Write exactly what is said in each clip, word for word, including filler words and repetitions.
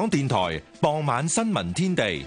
港電台傍晚新聞天地。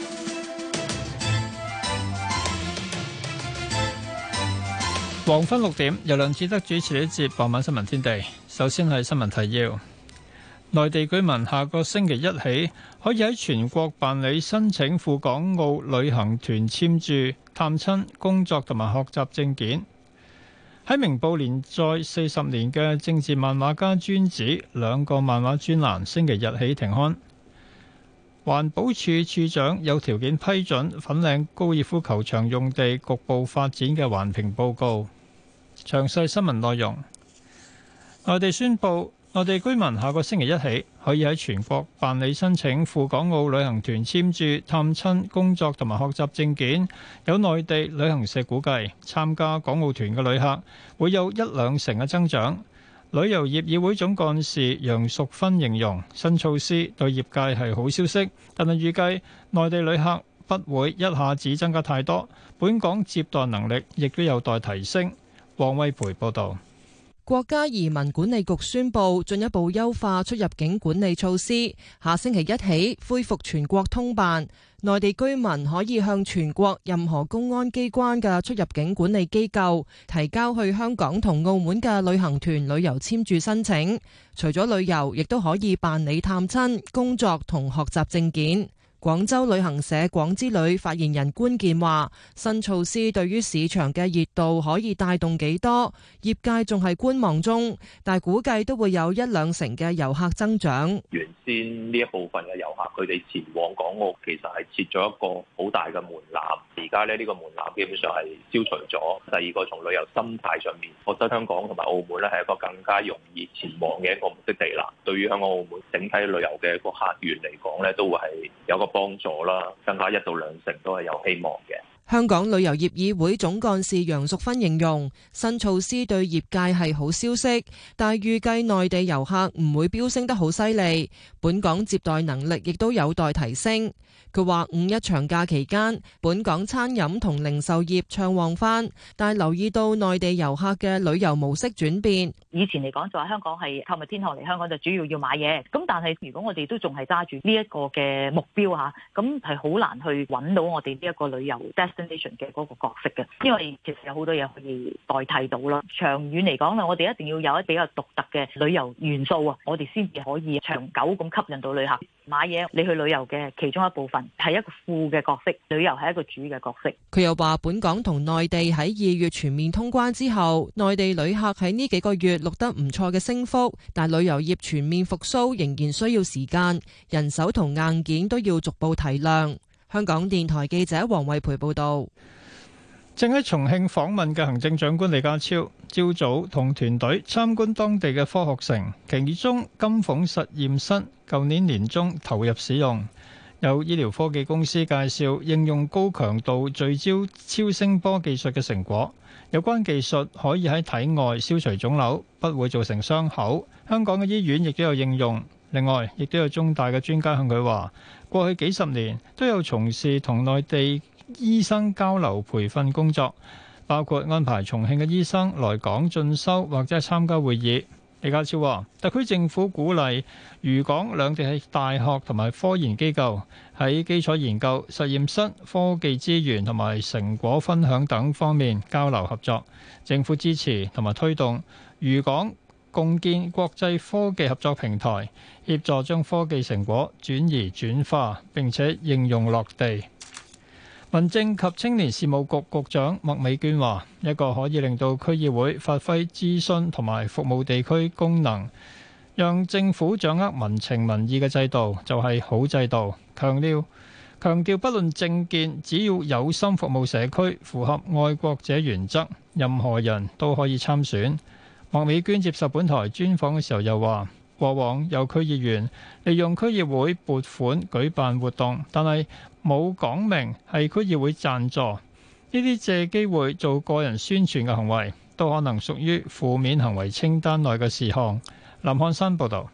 黃昏六點，由梁志德主持呢一節傍晚新聞天地。首先係新聞提要：內地居民下個星期一起可以喺全國辦理申請赴港澳旅行團簽注、探親、工作同埋學習證件。喺明報連載四十年嘅政治漫畫家尊子兩個漫畫專欄星期日起停刊。環保署署長有條件批准粉嶺高爾夫球場用地局部發展嘅環評報告。詳細新聞內容。內地宣布，內地居民下個星期一起可以喺全國辦理申請赴港澳旅行團簽注、探親、工作同埋學習證件。有內地旅行社估計，參加港澳團嘅旅客會有一兩成嘅增長。旅遊業議會總幹事楊淑芬形容新措施對業界係好消息，但係預計內地旅客不會一下子增加太多，本港接待能力亦都有待提升。黃惠培報導。 國家移民管理局宣布進一步優化出入境管理措施，下星期一起恢復全國通辦。內地居民可以向全國任何公安機關嘅出入境管理機構提交去香港同澳門嘅旅行團旅遊簽注申請。除咗旅遊，亦都可以辦理探親、工作同學習證件。廣州旅行社廣之旅發言人官健話：新措施對於市場嘅熱度可以帶動幾多？業界仲係觀望中，但估計都會有一兩成嘅遊客增長。 原先呢一部分嘅遊客，佢哋前往港澳其實係設咗一個好大嘅門檻，而家咧呢個門檻基本上係消除咗。第二個，從旅遊心態上面，覺得香港同埋澳門咧係一個更加容易前往嘅一個目的地啦。對於香港澳門整體旅遊嘅一個客源嚟講咧，都會係有個幫助啦，增加一到兩成都係有希望嘅。 香港旅遊業議會總幹事楊淑芬形容新措施對業界係好消息，但係預計內地遊客唔會飆升得好犀利，本港接待能力亦都有待提升。佢話五一長假期間，本港餐飲同零售業暢旺翻，但係留意到內地遊客嘅旅遊模式轉變。 以前嚟講就話香港係購物天堂，嚟香港就主要要買嘢，咁但係如果我哋都仲係揸住呢一個嘅目標嚇，咁係好難去揾到我哋呢一個旅遊 destination 嘅嗰個角色嘅，因為其實有好多嘢可以代替到啦。長遠嚟講咧，我哋一定要有一比較獨特嘅旅遊元素啊，我哋先至可以長久咁吸引到旅客買嘢。你去旅遊嘅其中一部分係一個副嘅角色，旅遊係一個主嘅角色。 佢又話本港同內地喺二月全面通關之後，內地旅客喺呢幾個月錄得唔錯嘅升幅，但旅遊業全面復甦仍然需要時間，人手同硬件都要逐步提量。香港電台記者黃惠培報道。 正喺重慶訪問嘅行政長官李家超，朝早同團隊參觀當地嘅科學城，其中金鳳實驗室舊年年中投入使用。有醫療科技公司介紹應用高強度聚焦超聲波技術嘅成果，有關技術可以喺體外消除腫瘤，不會造成傷口。香港嘅醫院亦都有應用。另外，亦都有中大嘅專家向佢話，過去幾十年都有從事同內地醫生交流培訓工作，包括安排重慶嘅醫生來港進修或者係參加會議。李家超話，特區政府鼓勵渝港兩地係大學同埋科研機構喺基礎研究、實驗室、科技資源同埋成果分享等方面交流合作。政府支持同埋推動渝港共建國際科技合作平台，協助將科技成果轉移轉化並且應用落地。民政及青年事務局局長麥美娟話，一個可以令到區議會發揮諮詢同埋服務地區功能，讓政府掌握民情民意嘅制度就係好制度。強調強調不論政見，只要有心服務社區，符合愛國者原則，任何人都可以參選。麥美娟接受本台專訪嘅時候又話，過往有區議員利用區議會撥款舉辦活動，但係冇講明係區議會贊助，呢啲借機會做個人宣傳嘅行為，都可能屬於負面行為清單內嘅事項。林漢山報導。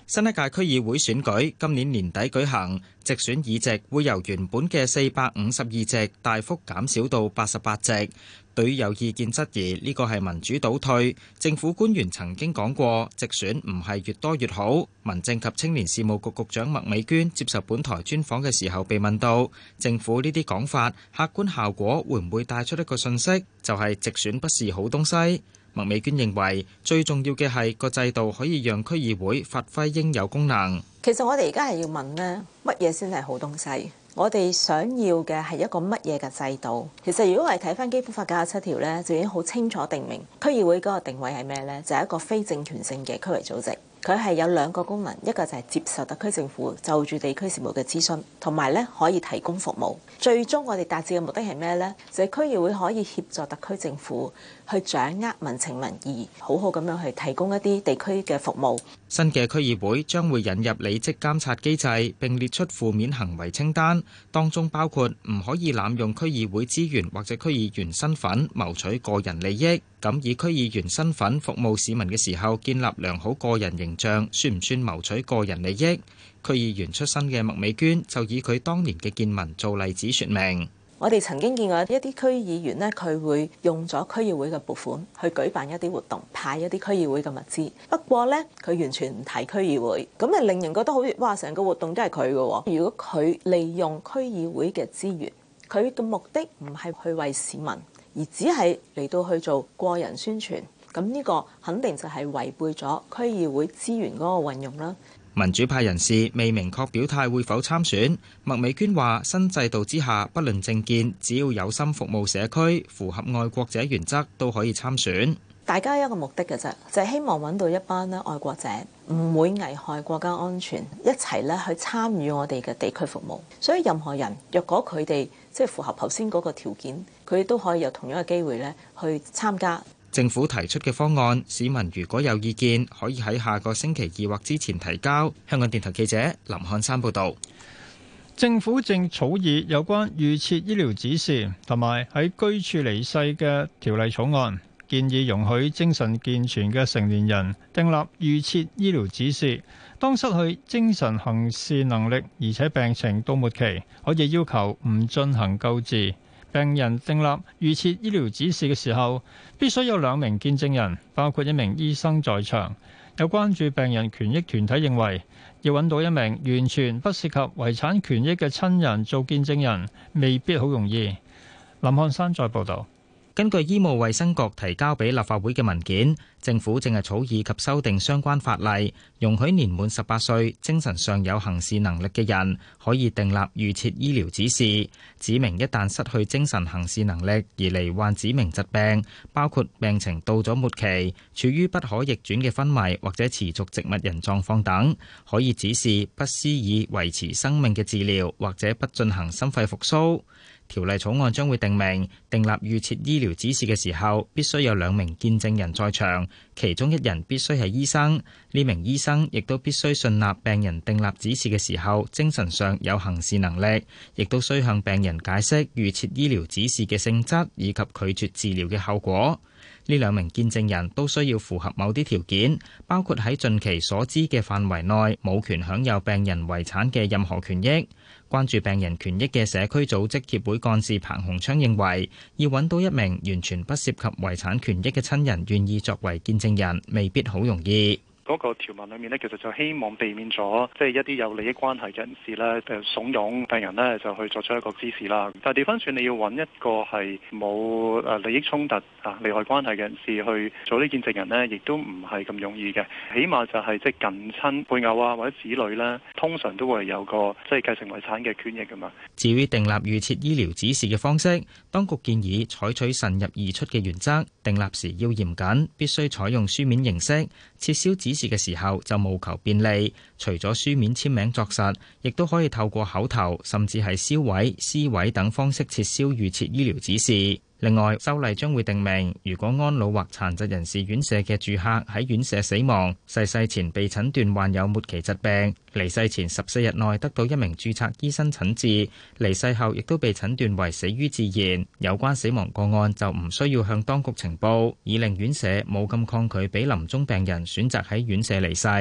新一屆區議會選舉今年年底舉行，直選議席會由原本嘅四百五十二席大幅減少到八十八席。對於有意見質疑呢個係民主倒退，政府官員曾經講過，直選唔係越多越好。民政及青年事務局局長麥美娟接受本台專訪嘅時候被問到，政府呢啲講法客觀效果會唔會帶出一個訊息，就係直選不是好東西。麥美娟認為最重要嘅係個制度可以讓區議會發揮應有功能。 其實我哋而家係要問呢，乜嘢先係好東西？我哋想要嘅係一個乜嘢嘅制度？其實如果我哋睇翻基本法九十七條咧，就已經好清楚定明區議會嗰個定位係咩呢？就係一個非政權性嘅區域組織。佢係有兩個功能，一個就係接受特區政府就住地區事務嘅諮詢，同埋咧可以提供服務。最終我哋達至嘅目的係咩呢？就係區議會可以協助特區政府去掌握民情民意，好好咁樣去提供一啲地區嘅服務。 新嘅區議會將會引入履職監察機制，並列出負面行為清單，當中包括唔可以濫用區議會資源或者區議員身份謀取個人利益。咁以區議員身份服務市民嘅時候，建立良好個人形象，算唔算謀取個人利益？區議員出身嘅麥美娟就以佢當年嘅見聞做例子説明。 我哋曾經見過一啲區議員呢，佢會用咗區議會嘅撥款去舉辦一啲活動，派一啲區議會嘅物資。不過呢，佢完全唔提區議會，咁啊令人覺得好似哇，成個活動都係佢嘅。如果佢利用區議會嘅資源，佢嘅目的唔係去為市民，而只係嚟到去做個人宣傳，咁呢個肯定就係違背咗區議會資源嗰個運用啦。 民主派人士未明確表態會否參選。麥美娟話：新制度之下，不論政見，只要有心服務社區、符合愛國者原則，都可以參選。 大家有一個目的嘅啫，就係希望揾到一班咧愛國者，唔會危害國家安全，一齊咧去參與我哋嘅地區服務。所以任何人若果佢哋即係符合頭先嗰個條件，佢哋都可以有同樣嘅機會咧去參加。 政府提出嘅方案，市民如果有意見，可以喺下個星期二或之前提交。香港電台記者林漢山報導。 政府正草擬有關預設醫療指示同埋喺居處離世嘅條例草案，建議容許精神健全嘅成年人訂立預設醫療指示。當失去精神行事能力，而且病情到末期，可以要求唔進行救治。病人訂立預設醫療指示嘅時候，必須有兩名見證人，包括一名醫生在場。有關注病人權益團體認為，要揾到一名完全不涉及遺產權益嘅親人做見證人，未必好容易。林漢山再報導。 根據醫務衛生局提交俾立法會嘅文件，政府正係草擬及修訂相關法例，容許年滿十八歲、精神上有行事能力嘅人可以訂立預設醫療指示，指明一旦失去精神行事能力而罹患指明疾病，包括病情到咗末期、處於不可逆轉嘅昏迷或者持續植物人狀況等，可以指示不施以維持生命嘅治療，或者不進行心肺復甦。條例草案將會訂明，訂立預設醫療指示嘅時候，必須有兩名見證人在場，其中一人必須係醫生。呢名醫生亦都必須信納病人訂立指示嘅時候，精神上有行事能力，亦都需向病人解釋預設醫療指示嘅性質以及拒絕治療嘅後果。呢兩名見證人都需要符合某啲條件，包括喺盡其所知嘅範圍內冇權享有病人遺產嘅任何權益。關注病人權益嘅社區組織協會幹事彭鴻昌認為，要揾到一名完全不涉及遺產權益嘅親人願意作為見證人，未必好容易。 嗰個條文裏面呢，其實就希望避免咗即係一啲有利益關係嘅人士咧，誒慫恿病人呢就去作出一個指示啦。但係調翻轉，你要揾一個係冇誒利益衝突啊、利害關係嘅人士去做呢見證人呢，亦都唔係咁容易嘅。起碼就係即係近親配偶啊，或者子女呢，通常都會有個即係繼承遺產嘅權益噶嘛。 至於訂立預設醫療指示嘅方式，當局建議採取慎入易出嘅原則，訂立時要嚴謹，必須採用書面形式。撤銷指示嘅時候就務求便利，除咗書面簽名作實，亦都可以透過口頭甚至係銷毀、撕毀等方式撤銷預設醫療指示。另外，修例將會定明，如果安老或殘疾人士院舍嘅住客喺院舍死亡，逝世前被診斷患有末期疾病，離世前十四日內得到一名註冊醫生診治，離世後亦都被診斷為死於自然，有關死亡個案就唔需要向當局呈報，以令院舍冇咁抗拒俾臨終病人選擇喺院舍離世。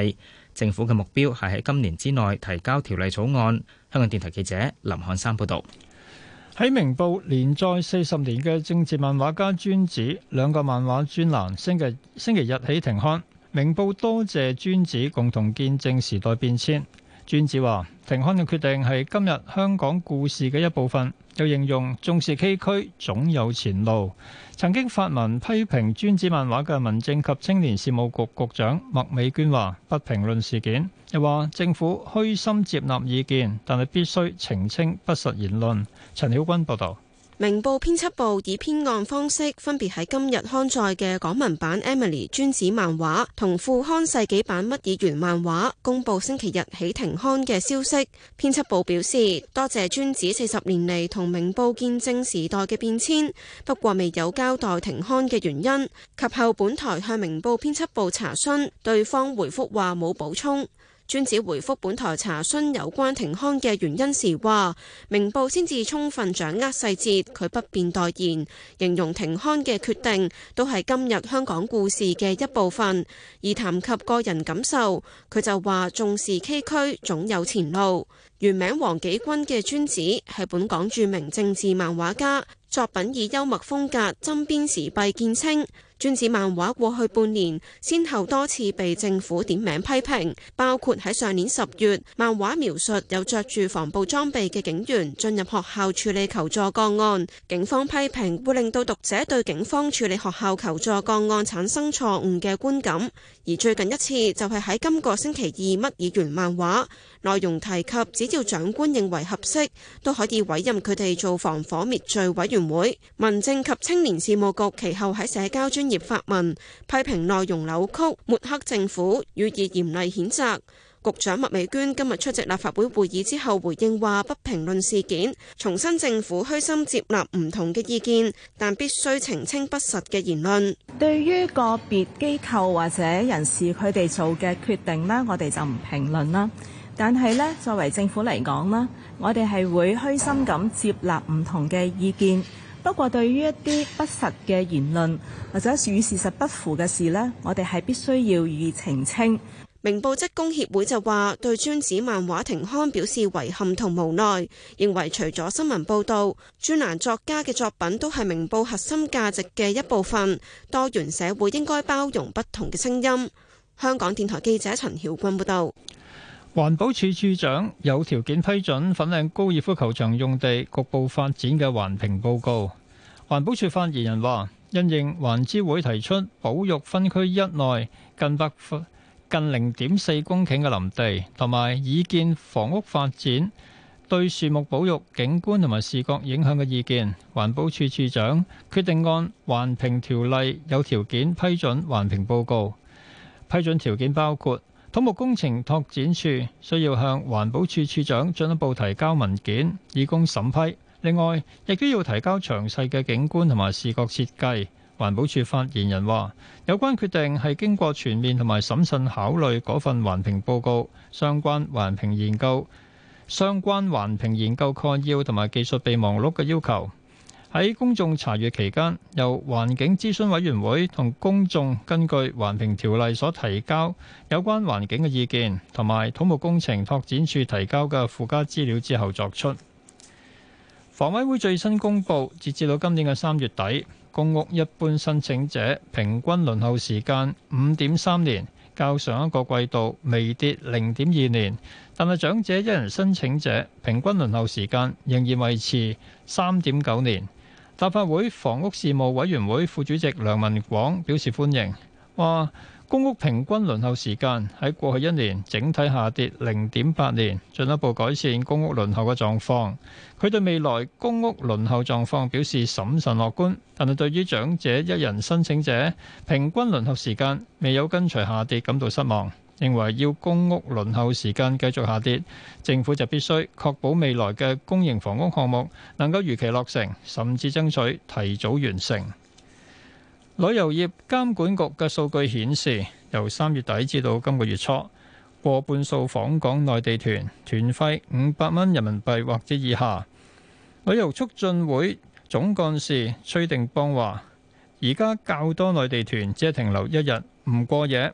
政府嘅目標係喺今年之內提交條例草案。香港電台記者林漢山報導。 喺明報連載四十年嘅政治漫畫家尊子兩個漫畫專欄，星期星期日起停刊。明報多謝尊子共同見證時代變遷。尊子話：停刊嘅決定係今日香港故事嘅一部分，又形容縱使崎嶇總有前路。曾經發文批評尊子漫畫嘅民政及青年事務局局長麥美娟話：不評論事件，又話政府虛心接納意見，但係必須澄清不實言論。陳曉君報導。 明報編輯部以編案方式分別喺今日刊載嘅港文版 Emily 尊子漫畫同副刊世紀版乜議員漫畫公佈星期日起停刊嘅消息。編輯部表示多謝尊子四十年嚟同明報見證時代嘅變遷，不過未有交代停刊嘅原因。及後本台向明報編輯部查詢，對方回覆話冇補充。尊子回覆本台查詢有關停刊嘅原因時話，明報先至充分掌握細節，佢不便代言，形容停刊嘅決定都係今日香港故事嘅一部分。而談及個人感受，佢就話縱是崎嶇總有前路。原名黃紀君嘅尊子係本港著名政治漫畫家，作品以幽默風格針砭時弊見稱。尊子漫畫過去半年先後多次被政府點名批評，包括喺上年十月，漫畫描述有着住防暴裝備嘅警員進入學校處理求助個案，警方批評會令到讀者對警方處理學校求助個案產生錯誤嘅觀感。而最近一次就係喺今個星期二乜議員漫畫，內容提及只要長官認為合適，都可以委任佢哋做防火滅罪委員會。民政及青年事務局其後喺社交專業發文，批評內容扭曲，抹黑政府，予以嚴厲譴責。局長麥美娟今日出席立法會會議之後回應話，不評論事件，重申政府虛心接納唔同嘅意見，但必須澄清不實嘅言論。 對於個別機構或者人士佢哋做嘅決定呢，我哋就唔評論啦。但係呢，作為政府嚟講啦，我哋係會虛心咁接納唔同嘅意見。不過對於一啲不實嘅言論或者與事實不符嘅事呢，我哋係必須要予以澄清。 明報職工協會就話對尊子漫畫停刊表示遺憾同無奈，認為除咗新聞報導，專欄作家嘅作品都係明報核心價值嘅一部分，多元社會應該包容不同嘅聲音。香港電台記者陳曉君報導。 環保署署長有條件批准粉嶺高爾夫球場用地局部發展嘅環評報告。環保署發言人話，因應環諮會提出保育分區一內近百分近零點四公頃嘅林地，同埋已建房屋發展對樹木保育、景觀同埋視覺影響嘅意見，環保署署長決定按環評條例有條件批准環評報告。批准條件包括土木工程拓展處需要向環保署署長進一步提交文件，以供審批。另外，亦都要提交詳細嘅景觀同埋視覺設計。環保署發言人話，有關決定係經過全面同埋審慎考慮嗰份環評報告、相關環評研究、相關環評研究概要同埋技術備忘錄嘅要求。喺公眾查閱期間，由環境諮詢委員會同公眾根據環評條例所提交有關環境嘅意見，同埋土木工程拓展處提交嘅附加資料之後作出。房委會最新公佈，截至到今年嘅三月底，公屋一般申請者平均輪候時間五點三年，較上一個季度微跌零點二年，但係長者一人申請者平均輪候時間仍然維持三點九年。立法會房屋事務委員會副主席梁文廣表示歡迎，話公屋平均輪候時間喺過去一年整體下跌零點八年，進一步改善公屋輪候嘅狀況。佢對未來公屋輪候狀況表示審慎樂觀，但係對於長者一人申請者平均輪候時間未有跟隨下跌感到失望，認為要公屋輪候時間繼續下跌，政府就必須確保未來嘅公營房屋項目能夠如期落成，甚至爭取提早完成。旅遊業監管局嘅數據顯示，由三月底至到今個月初，過半數訪港內地團團費五百蚊人民幣或者以下。旅遊促進會總幹事崔定邦話，而家較多內地團只係停留一日唔過夜。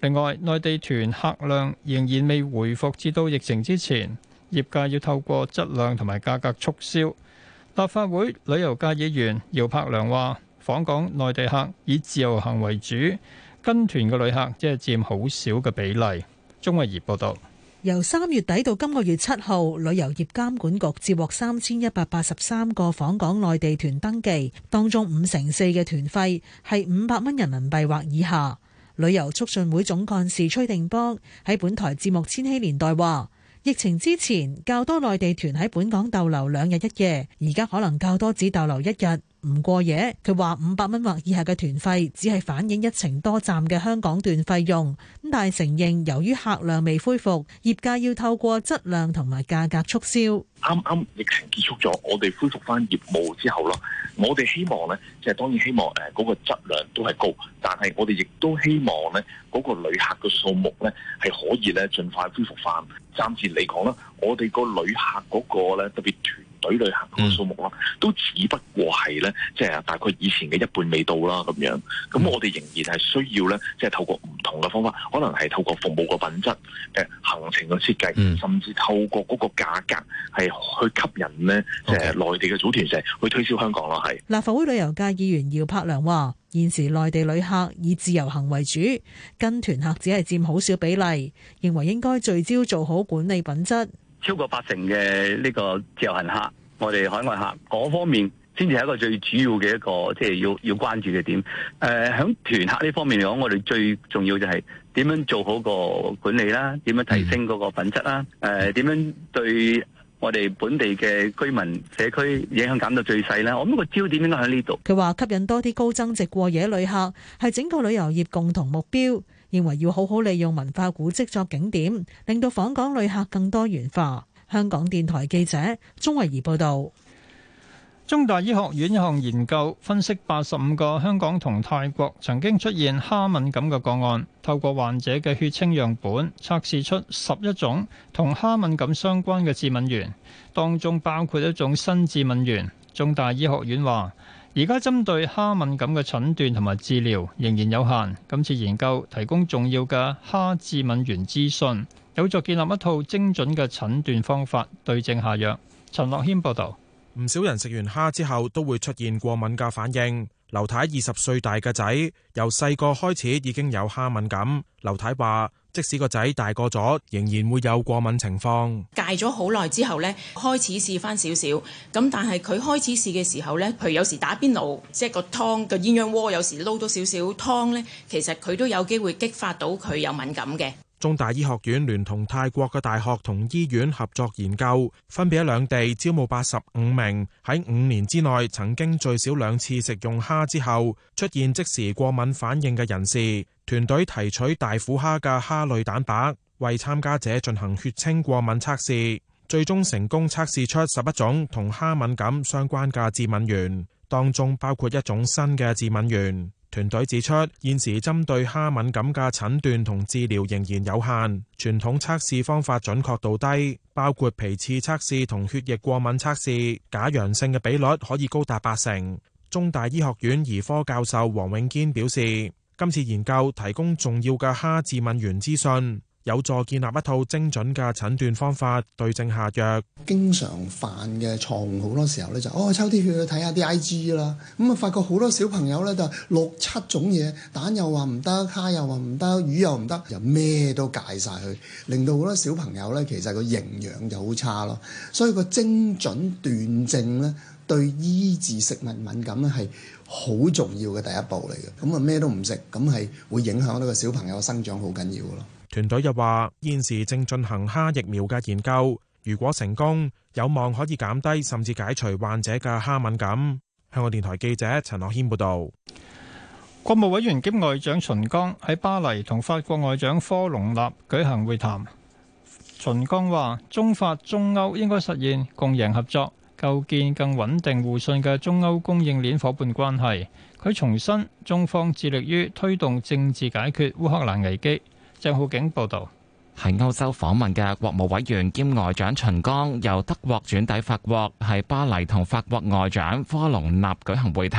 另外，內地團客量仍然未回復至到疫情之前，業界要透過質量同埋價格促銷。立法會旅遊界議員姚柏良話，訪港內地客以自由行為主，跟團嘅旅客只係佔好少嘅比例。鍾慧儀報導。 由三月底到今個月七號，旅遊業監管局接獲三千一百八十三個訪港內地團登記，當中五成四嘅團費係五百蚊人民幣或以下。旅遊促進會總幹事崔定邦喺本台節目《千禧年代》話，疫情之前較多內地團喺本港逗留兩日一夜，而家可能較多只逗留一日唔過夜。佢話五百蚊或以下嘅團費只係反映一程多站嘅香港段費用，咁但係承認由於客量未恢復，業界要透過質量同埋價格促銷。 啱啱疫情結束咗，我哋恢復翻業務之後咯，我哋希望呢，即係當然希望誒嗰個質量都係高，但係我哋亦都希望呢，嗰個旅客嘅數目呢係可以咧盡快恢復翻。暫時嚟講啦，我哋個旅客嗰個咧特別團隊旅客嗰個數目啦，都只不過係咧即係大概以前嘅一半未到啦咁樣。咁我哋仍然係需要咧，即係透過唔同嘅方法，可能係透過服務嘅品質、誒行程嘅設計，嗯、甚至透過嗰個價格係去吸引呢，即係內地嘅組團社去推銷香港咯。係立法會旅遊界議員姚柏良話，現時內地旅客以自由行為主，跟團客只係佔好少比例，認為應該聚焦做好管理品質。 超過八成嘅呢個自由行客，我哋海外客嗰方面先至係一個最主要嘅一個即係要要關注嘅點。誒、呃，喺團客呢方面嚟講，我哋最重要就係點樣做好個管理啦，點樣提升嗰個品質啦，誒、呃，點樣對我哋本地嘅居民社區影響減到最細啦。我諗個焦點應該喺呢度。 佢話吸引多啲高增值過夜旅客係整個旅遊業共同目標。認為要好好利用文化古蹟作景點，令到訪港旅客更多元化。香港電台記者鍾慧儀報道。 中大醫學院一項研究分析八十五個香港同泰國曾經出現蝦敏感嘅個案，透過患者嘅血清樣本測試出十一種同蝦敏感相關嘅致敏原，當中包括一種新致敏原。中大醫學院話，而家針對蝦敏感嘅診斷同埋治療仍然有限，今次研究提供重要嘅蝦致敏原資訊，有助建立一套精準嘅診斷方法，對症下藥。陳樂軒報導。 唔少人食完蝦之後都會出現過敏嘅反應。劉太二十歲大嘅仔由細個開始已經有蝦敏感。劉太話，即使個仔大個咗，仍然會有過敏情況。 戒咗好耐之後呢，開始試翻少少。咁但係佢開始試嘅時候呢，譬如有時打邊爐，即係個湯個鴛鴦鍋，有時撈到少少湯呢，其實佢都有機會激發到佢有敏感嘅。 中大醫學院聯同泰國嘅大學同醫院合作研究，分別喺兩地招募八十五名喺五年之內曾經最少兩次食用蝦之後出現即時過敏反應嘅人士。團隊提取大虎蝦嘅蝦類蛋白，為參加者進行血清過敏測試，最終成功測試出十一種同蝦敏感相關嘅致敏原，當中包括一種新嘅致敏原。團隊指出，現時針對蝦敏感嘅診斷同治療仍然有限，傳統測試方法準確度低，包括皮刺測試同血液過敏測試，假陽性嘅比率可以高達八成。中大醫學院兒科教授黃永堅表示，今次研究提供重要嘅蝦致敏原資訊，有助建立一套精準嘅診斷方法，對症下藥。 經常犯嘅錯誤好多時候咧就哦抽啲血去睇下啲 I G 啦，咁啊發覺好多小朋友咧就六七種嘢，蛋又話唔得，蝦又話唔得，魚又唔得，就咩都戒晒佢，令到好多小朋友咧其實個營養就好差咯。所以個精準斷症咧對醫治食物敏感咧係好重要嘅第一步嚟嘅。咁啊咩都唔食，咁係會影響到個小朋友嘅生長好緊要嘅咯。 團隊又話，現時正進行蝦疫苗嘅研究，如果成功，有望可以減低甚至解除患者嘅蝦敏感。香港電台記者陳樂軒報導。 國務委員兼外長秦剛喺巴黎同法國外長科隆納舉行會談。秦剛話：中法中歐應該實現共贏合作，構建更穩定互信嘅中歐供應鏈夥伴關係。佢重申，中方致力於推動政治解決烏克蘭危機。鄭浩景報道。 喺歐洲訪問嘅國務委員兼外長秦剛由德國轉抵法國，喺巴黎同法國外長科隆納舉行會談。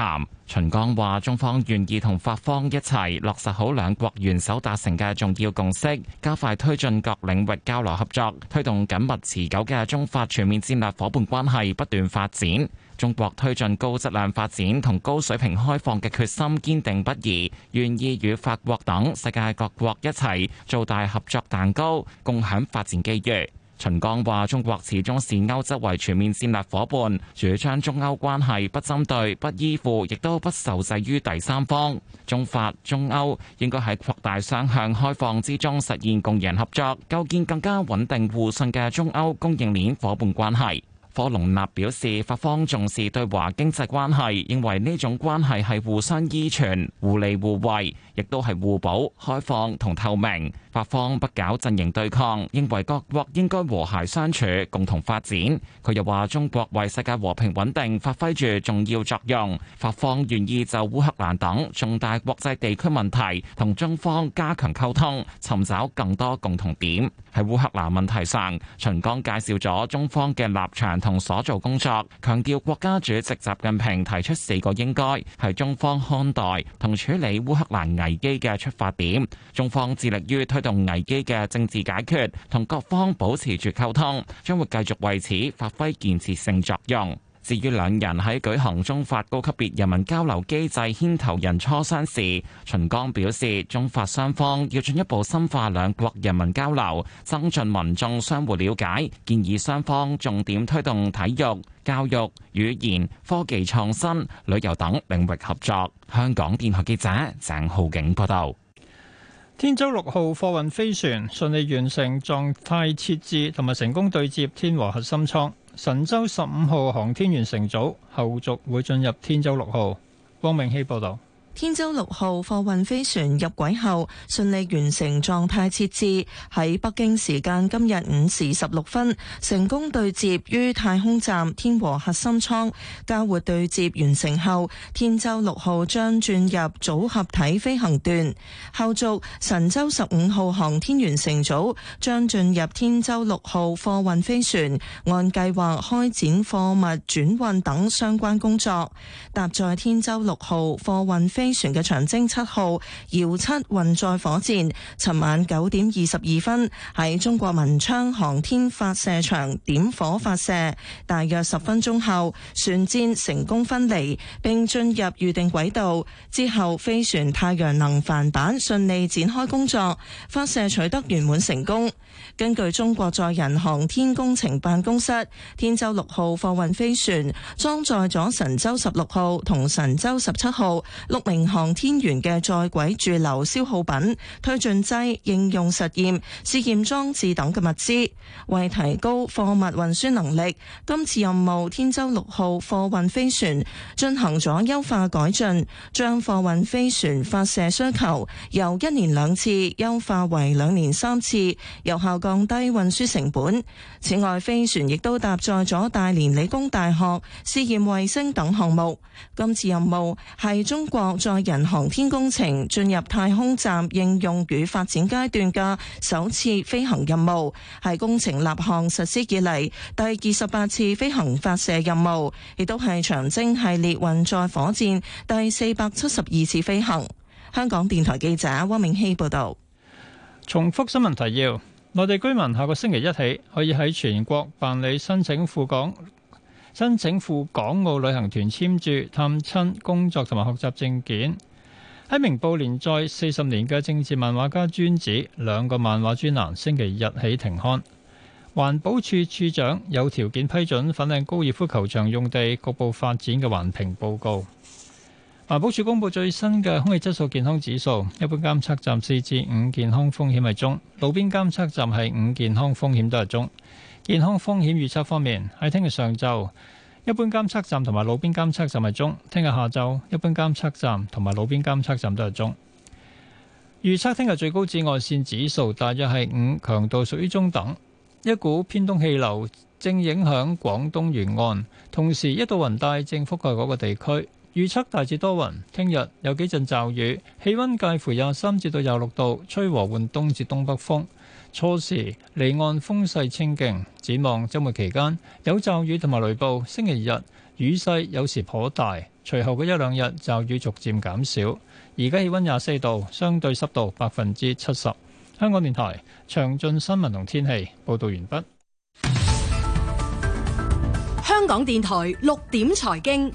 秦剛話：中方願意同法方一齊落實好兩國元首達成嘅重要共識，加快推進各領域交流合作，推動緊密持久嘅中法全面戰略夥伴關係不斷發展。中國推進高質量發展同高水平開放嘅決心堅定不移，願意與法國等世界各國一齊做大合作蛋糕，共享發展機遇。秦剛話：中國始終視歐洲為全面戰略夥伴，主張中歐關係不針對、不依附，亦都不受制於第三方。中法、中歐應該喺擴大雙向開放之中實現共贏合作，構建更加穩定互信嘅中歐供應鏈夥伴關係。科隆納表示，法方重視對華經濟關係，認為呢種關係係互相依存、互利互惠，亦都係互補、開放同透明。法方不搞陣營對抗，認為各國應該和諧相處，共同發展。佢又話：中國為世界和平穩定發揮住重要作用，法方願意就烏克蘭等重大國際地區問題同中方加強溝通，尋找更多共同點。喺烏克蘭問題上，秦剛介紹咗中方嘅立場同所做工作，強調國家主席習近平提出四個應該係中方看待同處理烏克蘭危機嘅出發點。中方致力於推動危機嘅政治解決，同各方保持住溝通，將會繼續為此發揮建設性作用。至於兩人喺舉行中法高級別人民交流機制牽頭人磋商時，秦剛表示，中法雙方要進一步深化兩國人民交流，增進民眾相互了解，建議雙方重點推動體育、教育、語言、科技創新、旅遊等領域合作。香港電台記者鄭浩景報道。 天舟六號貨運飛船順利完成狀態設置同埋成功對接天和核心艙。神舟十五號航天員乘組後續會進入天舟六號。汪明希報道。 天舟六號貨運飛船入軌後順利完成狀態設置，喺北京時間今日五時十六分成功對接於太空站天和核心艙。交會對接完成後，天舟六號將轉入組合體飛行段。後續神舟十五號航天員乘組將進入天舟六號貨運飛船，按計劃開展貨物轉運等相關工作。搭載天舟六號貨運飛飛船嘅長征七號遙七運載火箭，尋晚九點二十二分喺中國文昌航天發射場點火發射，大約十分鐘後，船箭成功分離，並進入預定軌道。之後，飛船太陽能帆板順利展開工作，發射取得圓滿成功。根據中國載人航天工程辦公室，天舟六號貨運飛船裝載咗神舟十六號同神舟十七號六名航天員嘅在軌駐留消耗品、推進劑、應用實驗、試驗裝置等嘅物資。為提高貨物運輸能力，今次任務天舟六號貨運飛船進行咗優化改進，將貨運飛船發射需求由一年兩次優化為兩年三次，有效降低運輸成本。此外，飛船亦都搭載咗大連理工大學試驗衛星等項目。今次任務係中國載人航天工程進入太空站應用與發展階段嘅首次飛行任務，係工程立項實施以嚟第二十八次飛行發射任務，亦都係長征系列運載火箭第四百七十二次飛行。香港電台記者汪明希報道。 重複新聞提要：內地居民下個星期一起可以喺全國辦理申請赴港申請赴港澳旅行團簽注、探親、工作同埋學習證件。喺明報連載四十年嘅政治漫畫家尊子兩個漫畫專欄星期日起停刊。環保署署長有條件批准粉嶺高爾夫球場用地局部發展嘅環評報告。環保署公布最新嘅空氣質素健康指數，一般監測站四至五健康風險係中，路邊監測站係五健康風險都係中。健康風險預測方面，喺聽日上晝，一般監測站同埋路邊監測站係中；聽日下晝，一般監測站同埋路邊監測站都係中。預測聽日最高紫外線指數大約係五，強度屬於中等。一股偏東氣流正影響廣東沿岸，同時一道雲帶正覆蓋嗰個地區。預測大致多雲，聽日有幾陣驟雨，氣溫介乎廿三至到廿六度，吹和緩東至東北風。初時離岸風勢清勁，展望週末期間有驟雨同埋雷暴，星期日雨勢有時頗大。 隨後嘅一兩日驟雨逐漸減少。而家氣溫廿四度，相對濕度百分之七十。香港電台詳盡新聞同天氣報道完畢。 香港電台六點財經，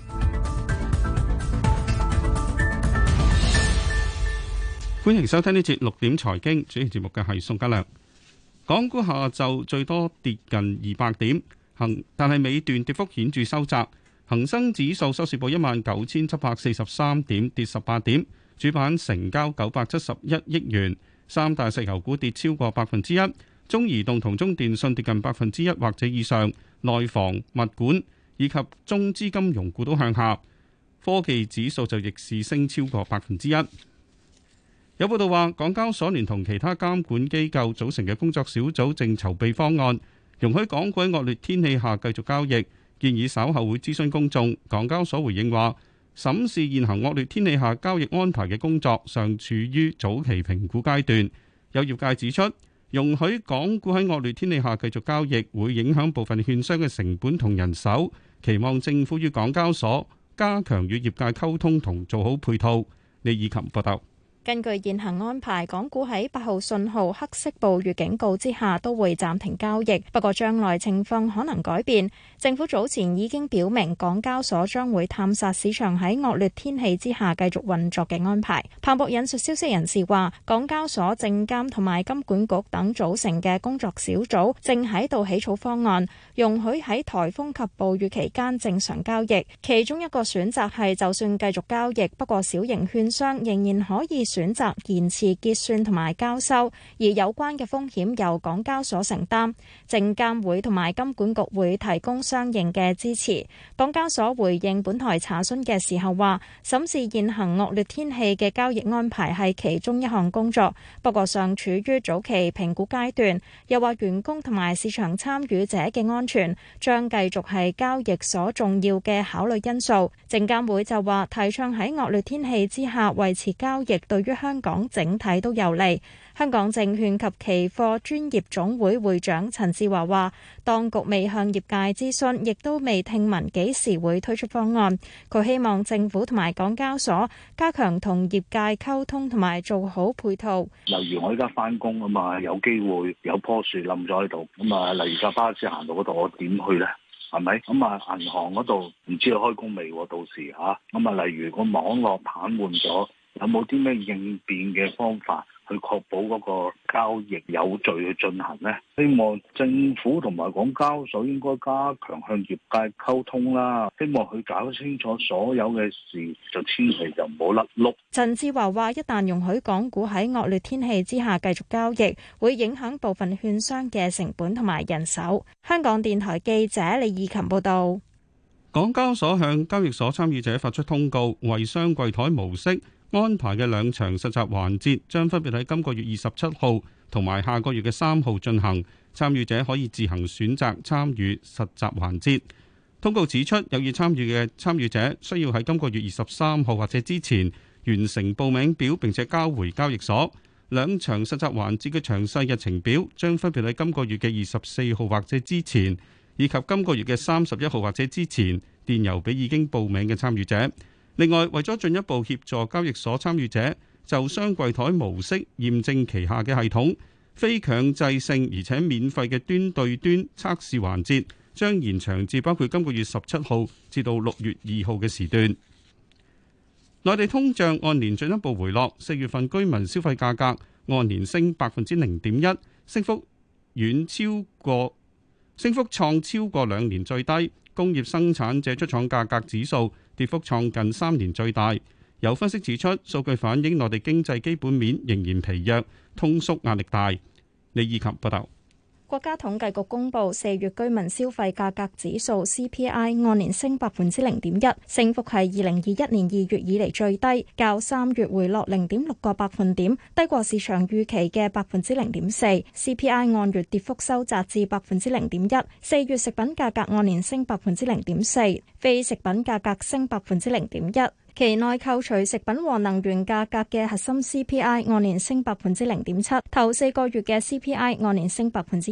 歡迎收聽呢節六點財經，主持節目嘅係宋家良。港股下晝最多跌近二百點，恒但係尾段跌幅顯著收窄。恒生指數收市報一萬九千七百四十三點，跌十八點。主板成交九百七十一億元。三大石油股跌超過百分之一，中移動同中電信跌近百分之一或者以上。內房、物管以及中資金融股都向下。科技指數就逆市升超過百分之一。有報道話，港交所聯同其他監管機構組成嘅工作小組正籌備方案，容許港股喺惡劣天氣下繼續交易，建議稍後會諮詢公眾。港交所回應話，審視現行惡劣天氣下交易安排嘅工作尚處於早期評估階段。有業界指出，容許港股喺惡劣天氣下繼續交易，會影響部分券商嘅成本同人手，期望政府與港交所加強與業界溝通同做好配套。李以琴報道。 根據現行安排，港股喺八號信號黑色暴雨警告之下都會暫停交易，不過將來情況可能改變。政府早前已經表明，港交所將會探索市場喺惡劣天氣之下繼續運作嘅安排。彭博引述消息人士話，港交所、證監同埋金管局等組成嘅工作小組正喺度起草方案，容許喺颱風及暴雨期間正常交易。其中一個選擇係，就算繼續交易，不過小型券商仍然可以選擇延遲結算同埋交收，而有關嘅風險由港交所承擔。證監會同埋金管局會提供相應嘅支持。港交所回應本台查詢嘅時候話，審視現行惡劣天氣嘅交易安排係其中一項工作，不過尚處於早期評估階段。又話員工同埋市場參與者嘅安全將繼續係交易所重要嘅考慮因素。證監會就話，提倡喺惡劣天氣之下維持交易，對於香港整體都有利。香港證券及期貨專業總會會長陳志華話，當局未向業界諮詢，亦都未聽聞幾時會推出方案。佢希望政府同埋港交所加強同業界溝通同埋做好配套。 例如我依家翻工啊嘛，有機會有棵樹冧咗喺度，咁啊，例如架巴士行到嗰度，我點去呢？係咪？咁啊，銀行嗰度唔知佢開工未？到時吓，咁啊，例如個網絡癱瘓咗，有冇啲咩應變嘅方法去確保嗰個交易有序去進行呢？希望政府同埋港交所應該加強向業界溝通啦，希望佢搞清楚所有嘅事，就千祈就唔好甩碌。 陳志華話，一旦容許港股喺惡劣天氣之下繼續交易，會影響部分券商嘅成本同埋人手。香港電台記者李義琴報道。 港交所向交易所參與者發出通告，為雙櫃台模式安排嘅兩場實習環節將分別喺今個月二十七號同埋下個月嘅三號進行，參與者可以自行選擇參與實習環節。通告指出，有意參與嘅參與者需要喺今個月二十三號或者之前完成報名表，並且交回交易所。兩場實習環節嘅詳細日程表將分別喺今個月嘅二十四號或者之前，以及今個月嘅三十一號或者之前電郵俾已經報名嘅參與者。另外，為咗進一步協助交易所參與者就雙櫃台模式驗證旗下嘅系統，非強制性而且免費嘅端對端測試環節將延長至包括今個月十七號至到六月二號嘅時段。內地通脹按年進一步回落，四月份居民消費價格按年升百分之零點一，升幅遠超過升幅創超過兩年最低。工業生產者出廠價格指數跌幅創近三年最大。有分析指出，數據反映內地經濟基本面仍然疲弱，通縮壓力大。李以琴報道。 國家統計局公布四月居民消費價格指數 C P I 按年升百分之零點一，升幅係二零二一年二月以嚟最低，較三月回落零點六個百分點，低過市場預期嘅百分之零點四。C P I 按月跌幅收窄至百分之零點一。四月食品價格按年升百分之零點四，非食品價格升百分之零點一。期內扣除食品和能源價格嘅核心 C P I 按年升百分之零點七，頭四個月嘅 C P I 按年升百分之一。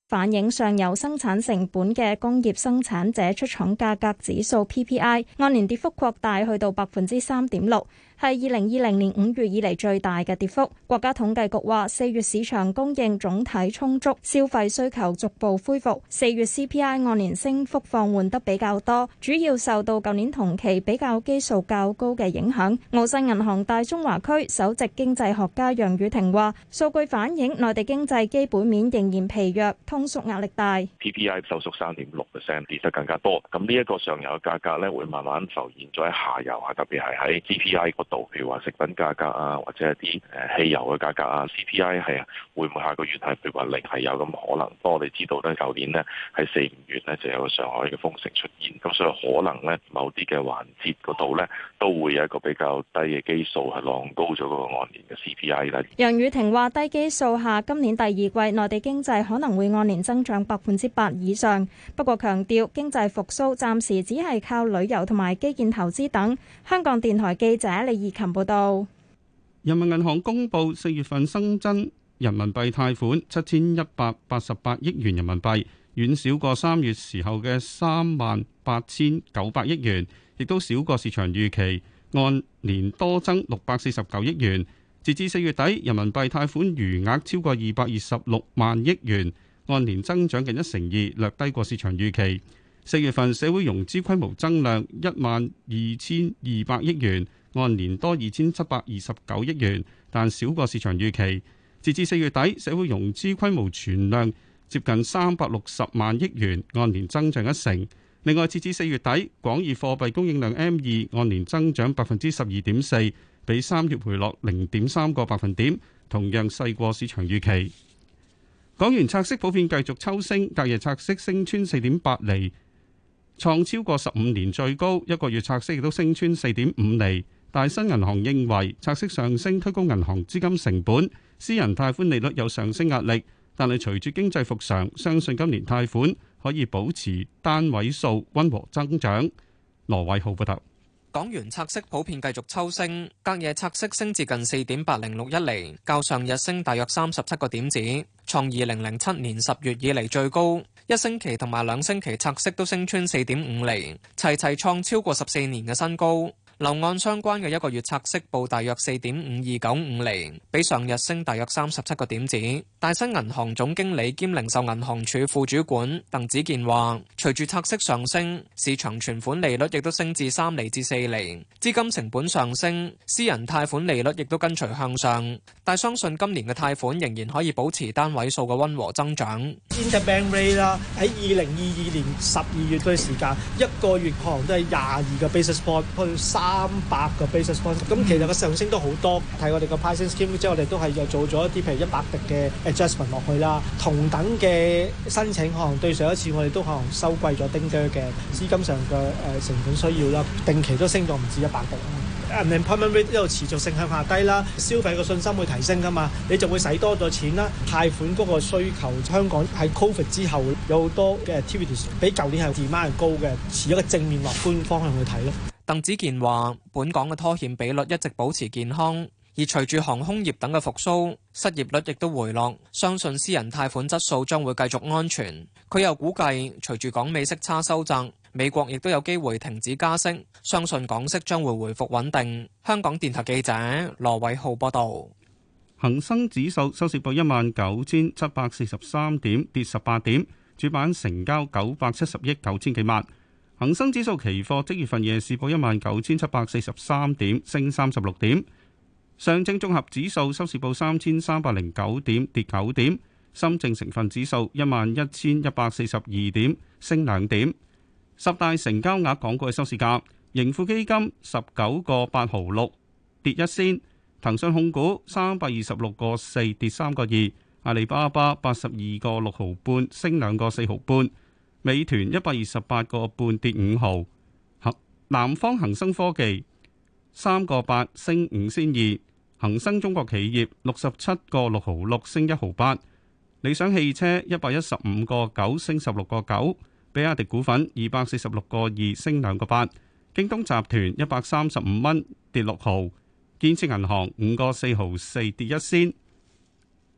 反映上游生產成本嘅工業生產者出廠價格指數 P P I 按年跌幅擴大，去到百分之三點六，係二零二零年五月以嚟最大嘅跌幅。國家統計局話，四月市場供應總體充足，消費需求逐步恢復。四月 C P I 按年升幅放緩得比較多，主要受到舊年同期比較基數較高嘅影響。澳新銀行大中華區首席經濟學家楊宇霆話，數據反映內地經濟基本面仍然疲弱，通縮壓力大。 P P I 收縮三點六 percent， 跌得更加多。咁呢一個上游嘅價格咧，會慢慢浮現咗喺下游啊，特別係喺 C P I 嗰度，譬如話食品價格啊，或者一啲誒汽油嘅價格啊 ，C P I 係會唔會下個月係譬如話零係有咁可能？不過我哋知道咧，舊年呢係四五月咧就有個上海嘅封城出現，咁所以可能咧某啲嘅環節嗰度咧都會有一個比較低嘅基數係浪高咗嗰個按年嘅 C P I 啦。 楊宇霆話：低基數下，今年第二季內地經濟可能會按年增長百分之八以上，不過強調經濟復甦暫時只係靠旅遊同埋基建投資等。香港電台記者李怡琴報道。 人民銀行公布四月份新增人民幣貸款七千一百八十八億元人民幣，遠少過三月時候嘅三萬八千九百億元，亦都少過市場預期，按年多增六百四十九億元。截至四月底，人民幣貸款餘額超過二百二十六萬億元，按年增長近一成二，略低過市場預期。四月份社會融資規模增量一萬二千二百億元，按年多二千七百二十九億元，但少過市場預期。截至四月底，社會融資規模存量接近三百六十萬億元，按年增長一成。另外，截至四月底，廣義貨幣供應量 M 二 按年增長百分之十二點四，比三月回落零點三個百分點，同樣細過市場預期。港元拆息普遍繼續抽升，隔夜拆息升穿四點八厘，創超過十五年最高，一個月拆息亦都升穿四點五厘。大新銀行認為拆息上升推高銀行資金成本，私人貸款利率有上升壓力，但係隨住經濟復常，相信今年貸款可以保持單位數溫和增長。羅偉浩報道。 港元拆息普遍繼續抽升，隔夜拆息升至近四點八零六一厘，較上日升大約三十七個點子，創二零零七年十月以嚟最高。一星期同埋兩星期拆息都升穿四點五厘，齊齊創超過十四年嘅新高。樓按相關嘅一個月拆息報大約四點五二九五厘，比上日升大約三十七個點子。大新銀行總經理兼零售銀行處副主管鄧子健話，隨住拆息上升，市場存款利率亦都升至三厘至四厘，資金成本上升，私人貸款利率亦都跟隨向上。但相信今年嘅貸款仍然可以保持單位數嘅溫和增長。 Interbank rate 啦，喺二零二二年十二月嘅時間，一個月可能都係廿二個 basis point 去三百個 basis point，咁其實個上升都好多。睇我哋個 pricing scheme 之後，我哋都係又做咗一啲譬如一百滴嘅 adjustment 落去啦。同等嘅申請，可能對上一次我哋都可能收貴咗丁多嘅資金上嘅誒成本需要啦。定期都升咗唔止一百滴。Unemployment rate 一路持續性向下低啦，消費個信心會提升噶嘛，你就會使多咗錢啦。貸款嗰個需求，香港喺 Covid 之後有好多嘅 activities 比舊年係 demand 高嘅，持一個正面樂觀方向去睇咯。 鄧子健話：本港嘅拖欠比率一直保持健康，而隨住航空業等嘅復甦，失業率亦都回落，相信私人貸款質素將會繼續安全。佢又估計，隨住港美息差收窄，美國亦都有機會停止加息，相信港息將會回復穩定。香港電台記者羅偉浩報道。 恒生指數收市報一萬九千七百四十三點，跌十八點，主板成交九百七十億九千幾萬。恒生指數期貨即月份夜市報一萬九千七百四十三點，升三十六點。上證綜合指數收市報三千三百零九點，跌九點。深證成分指數一萬一千一百四十二點，升兩點。十大成交額港股嘅收市價：盈富基金十九個八毫六，跌一仙；騰訊控股三百二十六個四，跌三個二；阿里巴巴八十二個六毫半，升兩個四毫半。美團一百二十八個半，跌五毫，南方恒生科技三個八，升五仙二，恒生中國企業六十七個六毫六，升一毫八，理想汽車一百一十五個九，升十六個九，比亞迪股份二百四十六個二，升兩個八，京東集團一百三十五蚊，跌六毫，建設銀行五個四毫四，跌一仙。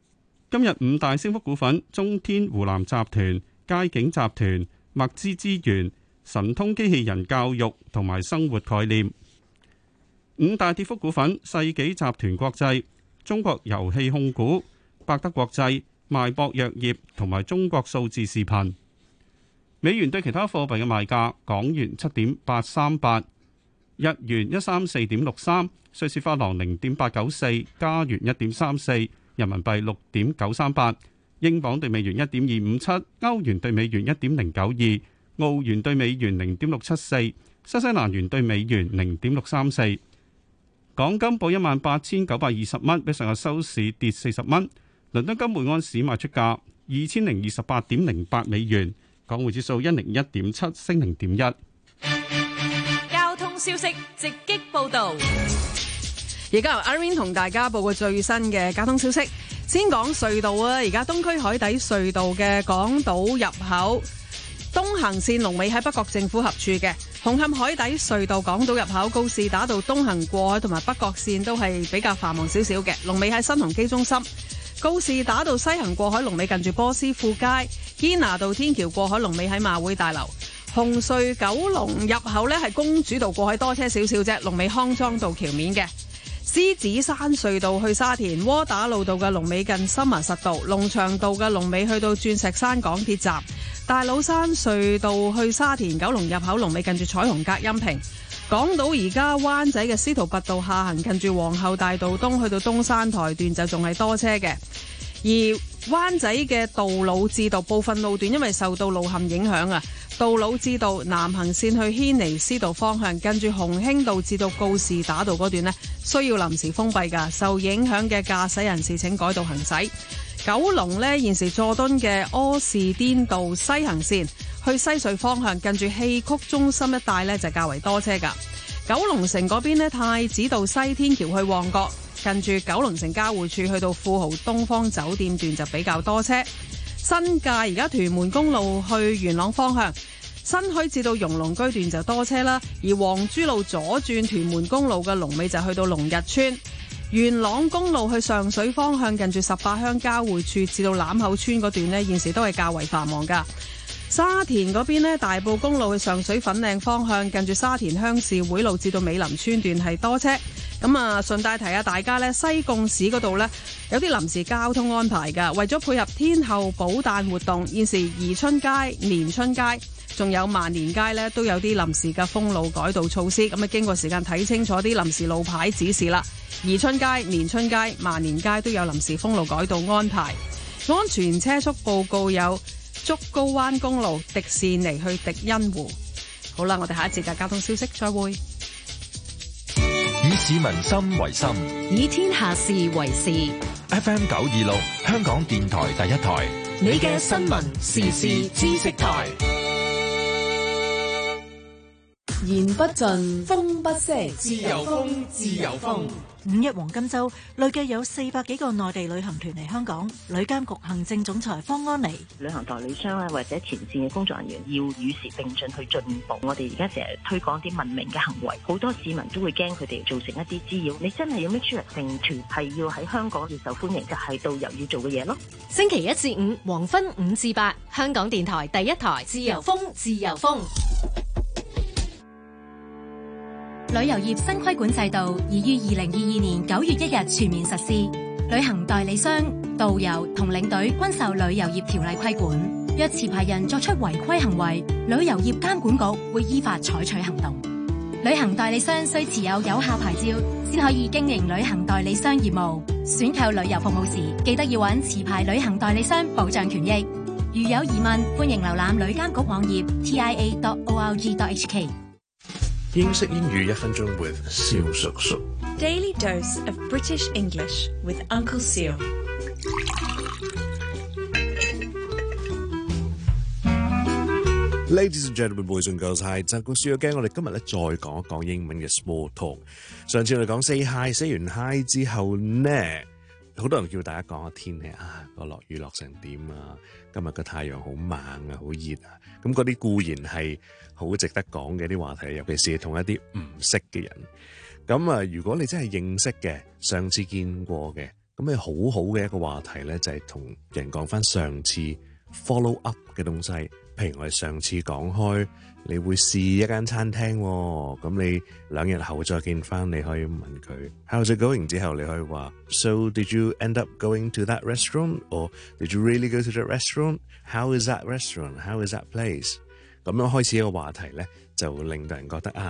今日五大升幅股份：中天湖南集團、佳景集團、麥芝資源、神通機器人教育同埋生活概念。五大跌幅股份：世紀集團國際、中國遊戲控股、百德國際、邁博藥業同埋中國數字視頻。美元對其他貨幣嘅賣價：港元七點八三八，日元一三四點六三，瑞士法郎零點八九四，加元一點三四，人民幣六點九三八，英鎊對美元一點二五七，歐元對美元一點零九二，澳元對美元零點六七四，新西蘭元對美元零點六三四。港金報一萬八千九百二十蚊，比上日收市跌四十蚊。倫敦金每安士賣出價二千零二十八點零八美元。港匯指數一零一點七，升零點一。 交通消息直擊報道。而家由 Irene 同大家報告最新嘅交通消息。先講隧道啊，而家東區海底隧道嘅港島入口東行線龍尾喺北角政府合署嘅，紅磡海底隧道港島入口告士打道東行過海同埋北角線都係比較繁忙少少嘅，龍尾喺新鴻基中心。告士打道西行過海龍尾近住波斯富街，堅拿道天橋過海龍尾喺馬會大樓。紅隧九龍入口呢係公主道過海多車少少啫，龍尾康莊道橋面嘅。獅子山隧道去沙田窩打老道嘅龍尾近深民實道，龍翔道嘅龍尾去到鑽石山港鐵站。大老山隧道去沙田九龍入口龍尾近住彩虹隔音屏。港島而家灣仔嘅司徒拔道下行近住皇后大道東去到東山台段就仲係多車嘅，而灣仔嘅道路至道部分路段因為受到路陷影響啊，道路至道南行線去軒尼詩道方向近住鴻興道至到告士打道嗰段呢需要臨時封閉噶，受影響嘅駕駛人士請改道行駛。九龍呢現時佐敦嘅柯士甸道西行線去西隧方向近住戲曲中心一帶呢就較為多車噶。九龍城嗰邊呢，太子道西天橋去旺角近住九龍城交匯處去到富豪東方酒店段就比較多車。新界而家屯門公路去元朗方向新墟至到容龍居段就多車啦，而黃珠路左轉屯門公路嘅龍尾就去到龍日村。元朗公路去上水方向近住十八鄉交匯處至到欖口村嗰段呢，現時都係較為繁忙噶。沙田嗰邊呢，大埔公路去上水粉嶺方向近住沙田鄉事會路至到美林村段係多車。咁啊，順帶提下大家呢，西貢市嗰度呢，有啲臨時交通安排噶，為咗配合天后寶誕活動，現時宜春街、年春街仲有萬年街呢，都有啲臨時嘅封路改道措施。咁啊，經過時間睇清楚啲臨時路牌指示啦。宜春街、年春街、萬年街都有臨時封路改道安排。安全車速報告有竹篙灣公路迪士尼去迪欣湖。好啦，我哋下一節嘅交通消息再會。 以市民心為心， 以天下事為事。 F M 九二六，香港電台第一台， 你嘅新聞時事知識台。 言不盡，風不息， 自由風，自由風。 五一黃金週累計有四百幾個內地旅行團嚟香港。旅監局行政總裁方安妮： 旅行代理商啊，或者前線嘅工作人員要與時並進去進步。我哋而家成日推廣啲文明嘅行為，好多市民都會驚佢哋造成一啲滋擾。你真係要 make sure成團係要喺香港要受歡迎，就係導遊要做嘅嘢咯。 星期一至五黃昏五至八，香港電台第一台，自由風，自由風。 旅遊業新規管制度已於二零二二年九月一日全面實施，旅行代理商、導遊同領隊均受旅遊業條例規管。若持牌人作出違規行為，旅遊業監管局會依法採取行動。旅行代理商須持有有效牌照，先可以經營旅行代理商業務。選購旅遊服務時，記得要揾持牌旅行代理商保障權益。如有疑問，歡迎瀏覽旅監局網頁 t i a dot org dot h k。 英式英語一分鐘 with 蕭叔叔。 Daily dose of British English with Uncle Seal。 Ladies and gentlemen, boys and girls, hi！ 就故事嘅，我哋今日咧再講一講英文嘅 small talk。上次我哋講 say hi，say 完 hi 之後呢，好多人叫大家講下天氣啊，個落雨落成點啊，今日個太陽好猛啊，好熱啊，咁嗰啲固然係好值得講嘅啲話題，尤其是同一啲唔識嘅人。咁啊，如果你真係認識嘅，上次見過嘅， 咁你好好嘅一個話題咧，就係同人講翻上次 follow up 嘅東西。譬如我哋上次講開，你會試一間餐廳喎，咁你兩日後再見翻，你可以問佢 How's it going？ 之後你可以話 So did you end up going to that restaurant? Or did you really go to that restaurant? How is that restaurant? How is that place? 咁樣開始一個話題咧，就會令到人覺得啊